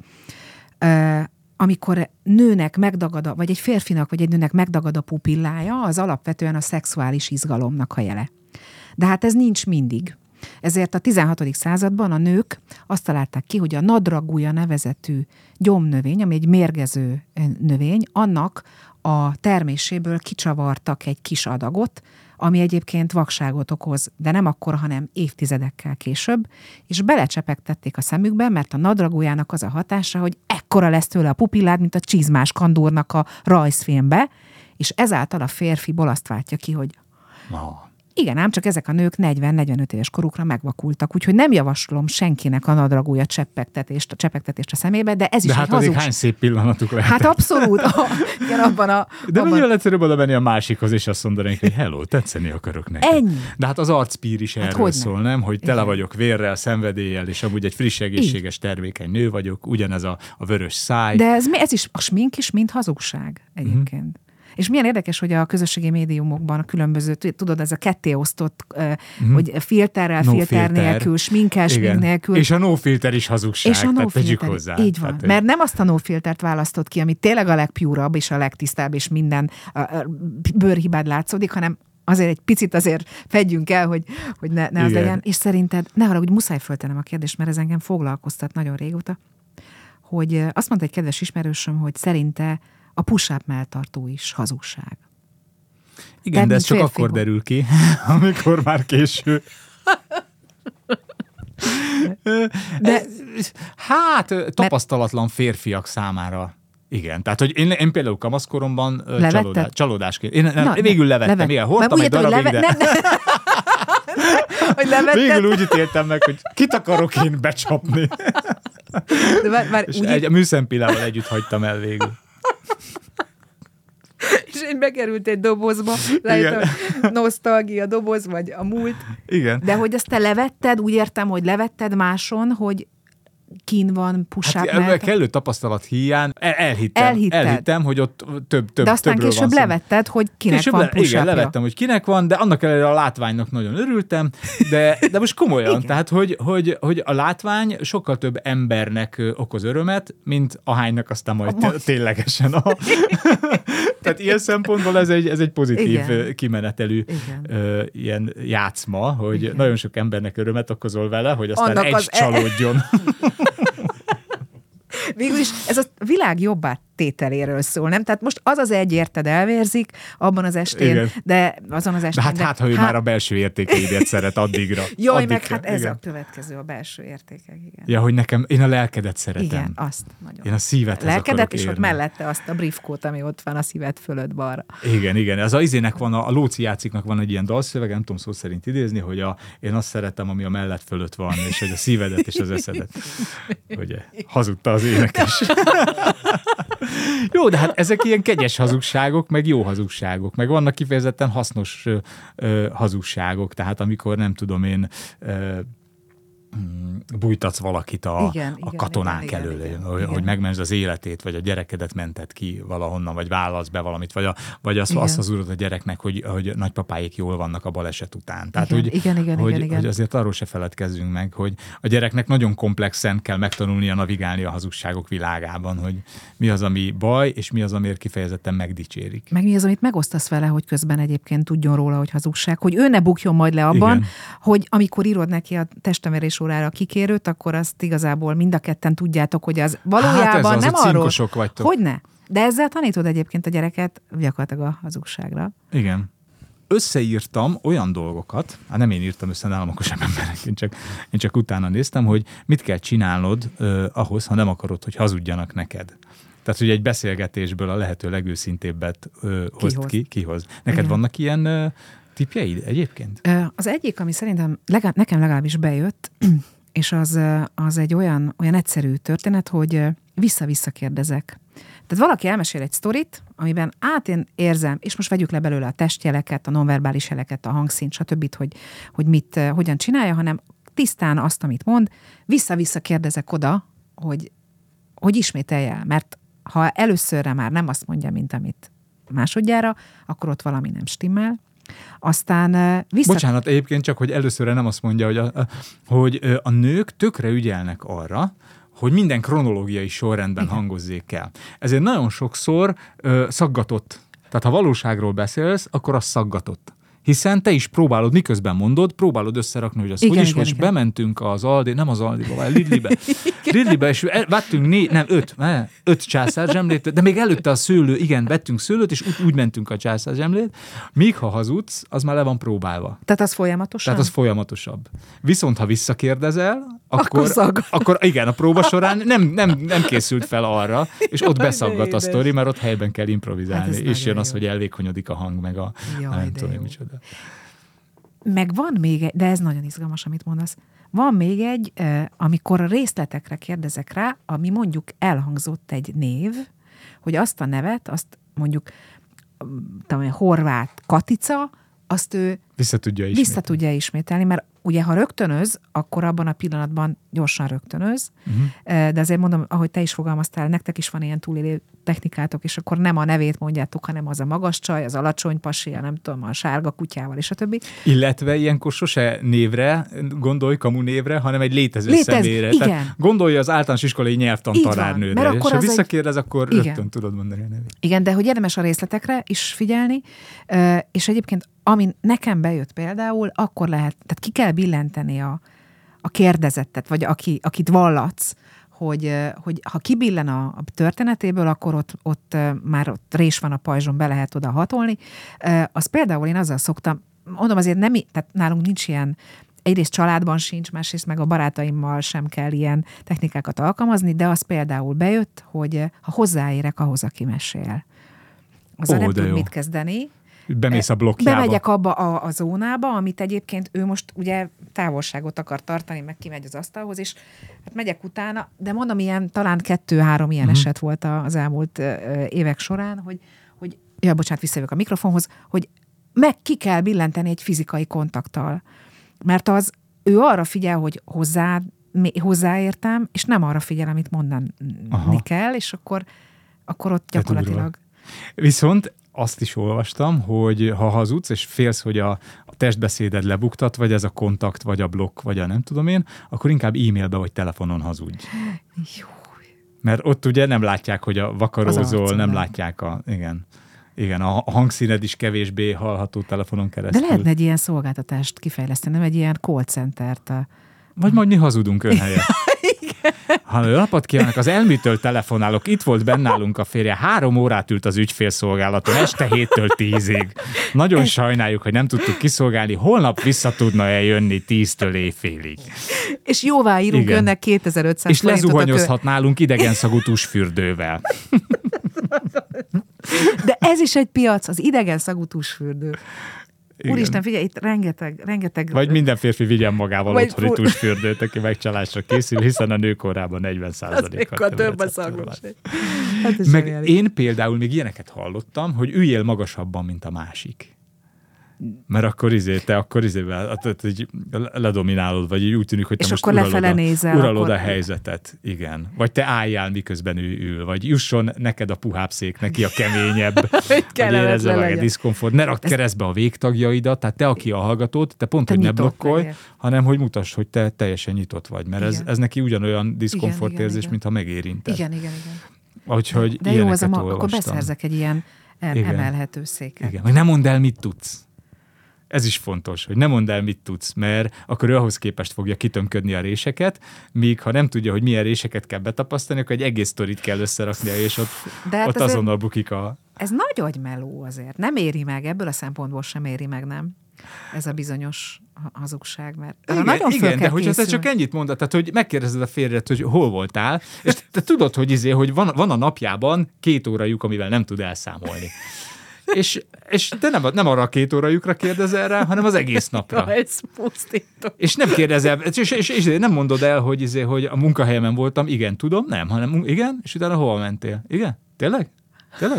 E: ö, amikor nőnek megdagad, a, vagy egy férfinak, vagy egy nőnek megdagad a pupillája, az alapvetően a szexuális izgalomnak a jele. De hát ez nincs mindig. Ezért a tizenhatodik században a nők azt találták ki, hogy a nadragúja nevezetű gyomnövény, ami egy mérgező növény, annak a terméséből kicsavartak egy kis adagot, ami egyébként vakságot okoz, de nem akkor, hanem évtizedekkel később, és belecsepegtették a szemükbe, mert a nadragújának az a hatása, hogy ekkora lesz tőle a pupillád, mint a csizmás kandúrnak a rajzfilmbe, és ezáltal a férfiból azt váltja ki, hogy
C: oh.
E: igen, ám csak ezek a nők negyven-negyvenöt éves korukra megvakultak, úgyhogy nem javaslom senkinek a nadragúja csepegtetést, a csepegtetést a szemébe, de ez
C: de
E: is
C: hát
E: egy hazugság.
C: hány szép pillanatuk lehet.
E: Hát abszolút. A, igen, abban a...
C: De
E: abban...
C: nagyon egyszerűbb oda menni a másikhoz, és azt mondani, hogy hello, tetszeni akarok neki.
E: Ennyi.
C: De hát az arcpír is
E: hát
C: erről szól, nem? Hogy tele
E: igen.
C: vagyok vérrel, szenvedéllyel, és amúgy egy friss, egészséges, termékeny nő vagyok, ugyanez a, a vörös száj.
E: De ez, ez is, a smink is mind hazugság egyébként. Mm-hmm. És milyen érdekes, hogy a közösségi médiumokban a különböző, tudod, ez a kettéosztott, mm-hmm. hogy filterrel, no filter, filter nélkül, sminkkel, smink nélkül.
C: És a no filter is hazugság,
E: és a no
C: tehát tegyük
E: filter,
C: hozzá.
E: Így van,
C: tehát,
E: mert nem azt a no filtert választott ki, ami tényleg a legpjúrabb és a legtisztább, és minden a, a bőrhibád látszódik, hanem azért egy picit azért fedjünk el, hogy, hogy ne, ne az legyen. És szerinted, ne arra, hogy muszáj föltenem a kérdést, mert ez engem foglalkoztat nagyon régóta, hogy azt mondta egy kedves ismerősöm, hogy szerinte a push-up melltartó is hazugság.
C: Igen, de, de ez csak akkor derül ki, amikor már késő. De, hát tapasztalatlan férfiak számára. Igen, tehát hogy én, én például kamaszkoromban csalódás, csalódásként. Én nem, Na, végül levettem, levet. igen, hordtam egy darabig, leve, de... Nem, nem. Hogy végül úgy ítéltem meg, hogy kit akarok én becsapni.
E: De már, már
C: és
E: úgy...
C: egy, a műszempillával együtt hagytam el végül.
E: És én bekerült egy dobozba, lehet a nosztalgia doboz, vagy a múlt.
C: Igen.
E: De hogy azt te levetted, úgy értem, hogy levetted máson, hogy kín van push-up hát,
C: mert... kellő tapasztalat hiány, el, elhittem, elhittem, hogy ott több, több
E: de aztán később levetted, hogy kinek később van le, push-upja.
C: Igen, levettem, hogy kinek van, de annak ellenére a látványnak nagyon örültem, de, de most komolyan, igen. tehát hogy, hogy, hogy a látvány sokkal több embernek okoz örömet, mint ahánynak aztán majd a ténylegesen a... Tehát ilyen szempontból ez egy, ez egy pozitív igen. kimenetelű uh, ilyen játszma, hogy igen. nagyon sok embernek örömet okozol vele, hogy aztán annak egy az csalódjon.
E: Végül is ez a világ jobbá tételéről szól, nem? Tehát most az az egy érted elvérzik abban az estén, igen. de azon az estén...
C: De hát, de, hát ha ő hát... már a belső értékeidet szeret addigra.
E: Jaj,
C: addig
E: meg hát
C: igen.
E: ez a következő, a belső értékek, igen.
C: Ja, hogy nekem, én a lelkedet szeretem.
E: Igen, azt nagyon.
C: Én a szívedhez
E: lelkedet, és
C: érni.
E: ott mellette azt a briefkót, ami ott van a szíved fölött balra.
C: Igen, igen. Az a izének van, a, a Lóci Jáciknak van egy ilyen dalszöveg, nem tudom szó szerint idézni, hogy a, én azt szeretem, ami a mellett fölött van, és hogy a szívedet és az eszedet. Ugye, hazudta az énekes. Jó, de hát ezek ilyen kegyes hazugságok, meg jó hazugságok, meg vannak kifejezetten hasznos ö, ö, hazugságok, tehát amikor nem tudom én ö, bújtatsz valakit a,
E: igen,
C: a
E: igen,
C: katonák
E: igen,
C: elől,
E: igen,
C: hogy,
E: igen.
C: hogy megmentsd az életét, vagy a gyerekedet mented ki valahonnan, vagy vállalsz be valamit, vagy, a, vagy azt, azt hazudod a gyereknek, hogy, hogy nagypapáik jól vannak a baleset után. Tehát,
E: igen,
C: hogy,
E: igen, igen,
C: hogy,
E: igen, igen.
C: hogy azért arról se feledkezzünk meg, hogy a gyereknek nagyon komplexen kell megtanulnia navigálni a hazugságok világában, hogy mi az, ami baj, és mi az, amiért kifejezetten megdicsérik.
E: Meg mi az, amit megosztasz vele, hogy közben egyébként tudjon róla, hogy hazugság, hogy ő ne bukjon majd le abban, igen. hogy amikor írod neki a testnevelés órára a kikérőt, akkor azt igazából mind a ketten tudjátok, hogy az valójában
C: hát ez az,
E: nem
C: hogy
E: arról,
C: vagytok.
E: Hogyne. De ezzel tanítod egyébként a gyereket gyakorlatilag a hazugságra.
C: Igen. Összeírtam olyan dolgokat, hát nem én írtam össze, nálam okosabb emberek, én csak, én csak utána néztem, hogy mit kell csinálnod uh, ahhoz, ha nem akarod, hogy hazudjanak neked. Tehát, hogy egy beszélgetésből a lehető legőszintébbet uh, hozd ki, kihoz. Neked igen. vannak ilyen uh, tippjeid egyébként?
E: Az egyik, ami szerintem legalább, nekem legalábbis bejött, és az, az egy olyan, olyan egyszerű történet, hogy vissza-vissza kérdezek. Tehát valaki elmesél egy sztorit, amiben át én érzem, és most vegyük le belőle a testjeleket, a nonverbális jeleket, a hangszínt, stb., hogy, hogy mit, hogyan csinálja, hanem tisztán azt, amit mond, vissza-vissza kérdezek oda, hogy, hogy ismételje el. Mert ha előszörre már nem azt mondja, mint amit másodjára, akkor ott valami nem stimmel. Aztán vissza...
C: Bocsánat, egyébként csak, hogy előszörre nem azt mondja, hogy a, a, hogy a nők tökre ügyelnek arra, hogy minden kronológiai sorrendben igen. hangozzék el. Ezért nagyon sokszor ö, szaggatott. Tehát ha valóságról beszélsz, akkor az szaggatott. Hiszen te is próbálod, miközben mondod, próbálod összerakni, hogy az igen, hogy is, igen, hogy igen. bementünk az Aldi, nem az Aldiba, vagy Lidlibe. Lidlibe, és vettünk négy, nem öt, ne, öt császárzsemlét, de még előtte a szőlő, igen, vettünk szőlőt, és úgy, úgy mentünk a császárzsemlét, míg ha hazudsz, az már le van próbálva.
E: Tehát az folyamatosan?
C: Tehát az folyamatosabb. Viszont ha visszakérdezel, akkor,
E: akkor,
C: akkor igen, a próba során nem, nem, nem készült fel arra, és ott beszaggat a sztori, mert ott helyben kell improvizálni, hát és jön az, jó. hogy elvékonyodik a hang, meg a
E: jaj,
C: nem tudom, micsoda.
E: Meg van még egy, de ez nagyon izgalmas, amit mondasz, van még egy, amikor a részletekre kérdezek rá, ami mondjuk elhangzott egy név, hogy azt a nevet, azt mondjuk tudom, horvát Katica, azt ő
C: vissza tudja ismételni.
E: Vissza tudja ismételni, mert ugye, ha rögtönöz, akkor abban a pillanatban gyorsan rögtönöz, uh-huh. de azért mondom, ahogy te is fogalmaztál, nektek is van ilyen túlélő technikátok, és akkor nem a nevét mondjátok, hanem az a magas csaj, az alacsony pasi, a nem tudom, a sárga kutyával, és a többi.
C: Illetve ilyenkor sose névre, gondolj kamu névre, hanem egy létező
E: Létez,
C: személyre.
E: igen.
C: Tehát gondolja az általános iskolai nyelvtan tanárnőre, és ha visszakérdez, egy... akkor igen. rögtön tudod mondani a nevét.
E: Igen, de hogy érdemes a részletekre is figyelni, és egyébként ami nekem bejött például, akkor lehet, tehát ki kell billenteni a, a kérdezettet, vagy aki, akit vallatsz, hogy, hogy ha kibillen a, a történetéből, akkor ott, ott már ott rés van a pajzson, be lehet oda hatolni. Az például én azzal szoktam, mondom azért nem, tehát nálunk nincs ilyen, egyrészt családban sincs, másrészt meg a barátaimmal sem kell ilyen technikákat alkalmazni, de az például bejött, hogy ha hozzáérek ahhoz, aki mesél. Azzal Ó, nem tud jó. mit kezdeni.
C: Bemész a blokkjába.
E: Bemegyek abba a, a zónába, amit egyébként ő most ugye távolságot akar tartani, meg kimegy az asztalhoz, és hát megyek utána, de mondom, ilyen, talán kettő-három ilyen uh-huh. eset volt az elmúlt uh, évek során, hogy, hogy ja, bocsánat, visszajövök a mikrofonhoz, hogy meg ki kell billenteni egy fizikai kontakttal. Mert az, ő arra figyel, hogy hozzá, hozzáértem, és nem arra figyel, amit mondani Aha. kell, és akkor, akkor ott gyakorlatilag...
C: Viszont azt is olvastam, hogy ha hazudsz, és félsz, hogy a, a testbeszéded lebuktat, vagy ez a kontakt, vagy a blokk, vagy a nem tudom én, akkor inkább e-mailbe vagy telefonon hazudj.
E: Jó.
C: Mert ott ugye nem látják, hogy a vakarózol, nem látják a... Igen. Igen, a hangszíned is kevésbé hallható telefonon keresztül.
E: De lehetne egy ilyen szolgáltatást kifejleszteni, nem egy ilyen call centert. A...
C: Vagy majd mi hazudunk ön helyett. Ha jó napot kívánok, az Elmitől telefonálok, itt volt bennálunk a férje, három órát ült az ügyfélszolgálaton, este héttől tízig. Nagyon Ez... sajnáljuk, hogy nem tudtuk kiszolgálni, holnap vissza tudna eljönni tíztől éjfélig.
E: És jóvá írunk Igen. önnek kétezer-ötszáz
C: És lezuhanyozhat nálunk idegenszagú tusfürdővel.
E: De ez is egy piac, az idegenszagú tusfürdő. Igen. Úristen, figyelj, itt rengeteg, rengeteg...
C: Vagy minden férfi vigyen magával Vagy otthoni fu... tusfürdőt, aki megcsalásra készül, hiszen a nőkorában negyven százalékkal
E: több a szaglos.
C: Hát meg én például még ilyeneket hallottam, hogy üljél magasabban, mint a másik. Mert akkor izé, te akkor izével ledominálod, vagy úgy tűnik, hogy te
E: és
C: most
E: akkor
C: uralod, a,
E: nézel,
C: uralod
E: akkor...
C: a helyzetet. Igen. Vagy te álljál, miközben ő ül. Vagy jusson neked a puhább szék, neki a keményebb. Vagy érezze meg a diszkomfort. Ne rakd keresztbe a végtagjaidat, tehát te, aki a hallgatód, te pont, te hogy ne blokkolj, legyen. Hanem hogy mutass, hogy te teljesen nyitott vagy. Mert ez, ez neki ugyanolyan diszkomfortérzés, mintha megérinted.
E: Igen, igen, igen.
C: Úgyhogy
E: de jó, az a ma, akkor beszerzek egy ilyen emelhető széket.
C: Igen, vagy nem mondd el, mit tudsz. Ez is fontos, hogy nem mondd el, mit tudsz, mert akkor ő ahhoz képest fogja kitömködni a réseket, míg ha nem tudja, hogy milyen réseket kell betapasztani, akkor egy egész sztorit kell összeraknia, és ott, hát ott azonnal bukik a...
E: Ez nagy agymeló azért. Nem éri meg, ebből a szempontból sem éri meg, nem? Ez a bizonyos hazugság, mert
C: igen,
E: nagyon
C: igen, de hogyha te csak ennyit mondod, tehát hogy megkérdezed a férjedet, hogy hol voltál, és te tudod, hogy, izé, hogy van, van a napjában két óra lyuk, amivel nem tud elszámolni. És, és te nem, nem arra a két óra lyukra kérdezel rá, hanem az egész napra.
E: Ez pusztító.
C: És nem kérdezel, és, és, és nem mondod el, hogy, izé, hogy a munkahelyemen voltam, igen, tudom, nem, hanem igen, és utána hova mentél? Igen? Tényleg? Tényleg?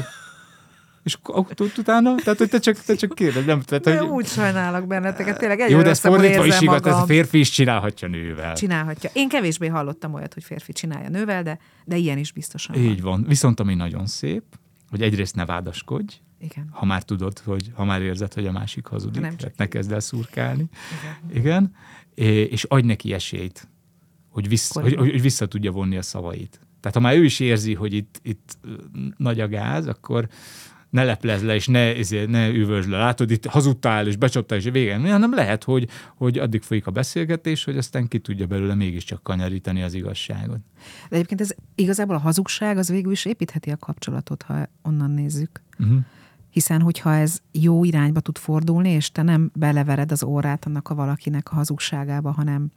C: És utána? Tehát, hogy te csak, te csak kérdez. Nem, tehát,
E: hogy... Úgy sajnálok benneteket, tényleg egy
C: jó, de ez fordítva is igaz, ez a férfi is csinálhatja nővel.
E: Csinálhatja. Én kevésbé hallottam olyat, hogy férfi csinálja nővel, de, de ilyen is biztosan
C: így van. van. Viszont ami nagyon szép, hogy egyrészt ne vádaskodj,
E: igen.
C: Ha már tudod, hogy ha már érzed, hogy a másik hazudik, tehát ne kezd el szurkálni.
E: Igen.
C: Igen. És adj neki esélyt, hogy, vissz, hogy, hogy vissza tudja vonni a szavait. Tehát ha már ő is érzi, hogy itt, itt nagy a gáz, akkor ne leplezd le, és ne, ne üvöltsd le. Látod, itt hazudtál, és becsaptál, és végén. Hanem lehet, hogy, hogy addig folyik a beszélgetés, hogy aztán ki tudja belőle mégiscsak kanyarítani az igazságot.
E: De egyébként ez igazából a hazugság, az végül is építheti a kapcsolatot, ha onnan nézzük.
C: Uh-huh.
E: Hiszen, hogyha ez jó irányba tud fordulni, és te nem belevered az órát annak a valakinek a hazugságába, hanem,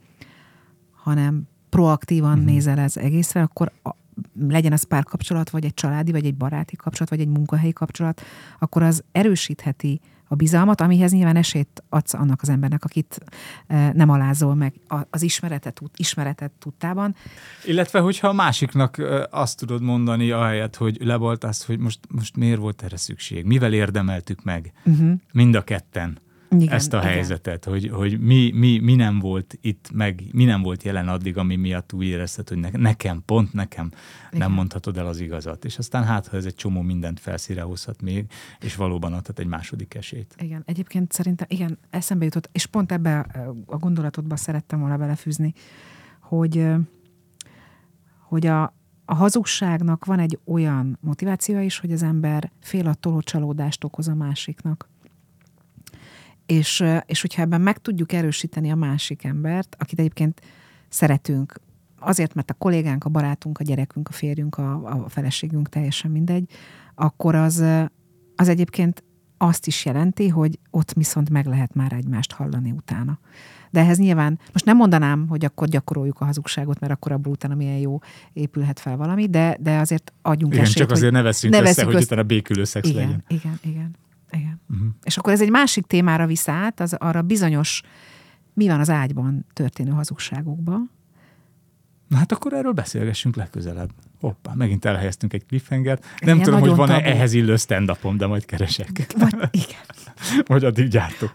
E: hanem proaktívan uh-huh. nézel ez egészre, akkor a, legyen az párkapcsolat, vagy egy családi, vagy egy baráti kapcsolat, vagy egy munkahelyi kapcsolat, akkor az erősítheti a bizalmat, amihez nyilván esélyt adsz annak az embernek, akit e, nem alázol meg az ismeretet, ismeretet tudtában.
C: Illetve, hogyha a másiknak azt tudod mondani, ahelyett, hogy leboltász, hogy most, most miért volt erre szükség, mivel érdemeltük meg uh-huh. mind a ketten. Igen, ezt a igen. helyzetet, hogy, hogy mi, mi, mi nem volt itt, meg mi nem volt jelen addig, ami miatt úgy érezted, hogy ne, nekem, pont nekem igen. nem mondhatod el az igazat. És aztán hát, ha ez egy csomó mindent felszíre hozhat még, és valóban adhat egy második esélyt.
E: Igen, egyébként szerintem, igen, eszembe jutott, és pont ebbe a gondolatodba szerettem volna belefűzni, hogy, hogy a, a hazugságnak van egy olyan motivációja is, hogy az ember fél attól, hogy csalódást okoz a másiknak. És, és hogyha ebben meg tudjuk erősíteni a másik embert, akit egyébként szeretünk, azért, mert a kollégánk, a barátunk, a gyerekünk, a férjünk, a, a feleségünk, teljesen mindegy, akkor az, az egyébként azt is jelenti, hogy ott viszont meg lehet már egymást hallani utána. De ehhez nyilván, most nem mondanám, hogy akkor gyakoroljuk a hazugságot, mert akkor abból utána milyen jó épülhet fel valami, de, de azért adjunk
C: igen,
E: esélyt,
C: csak azért ne veszünk össze, össze, hogy
E: össze.
C: utána békülő szex
E: igen,
C: legyen.
E: Igen, igen. Igen.
C: Uh-huh.
E: És akkor ez egy másik témára visz át, az arra bizonyos, mi van az ágyban történő hazugságokban.
C: Na hát akkor erről beszélgessünk legközelebb. Hoppá, megint elhelyeztünk egy cliffhangert. Nem ilyen tudom, hogy van-e tabu. Ehhez illő stand-upom, de majd keresek.
E: Vagy, igen.
C: Vagy addig gyártok.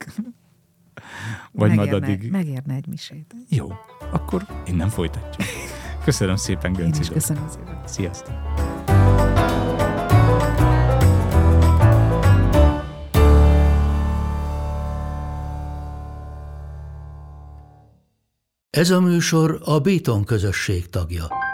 C: Vagy
E: megérne,
C: majd addig...
E: Megérne egy misét.
C: Jó, akkor innen folytatjuk. Köszönöm szépen, Gönc.
E: Én is köszönöm szépen.
C: Sziasztok.
A: Ez a műsor a Béton közösség tagja.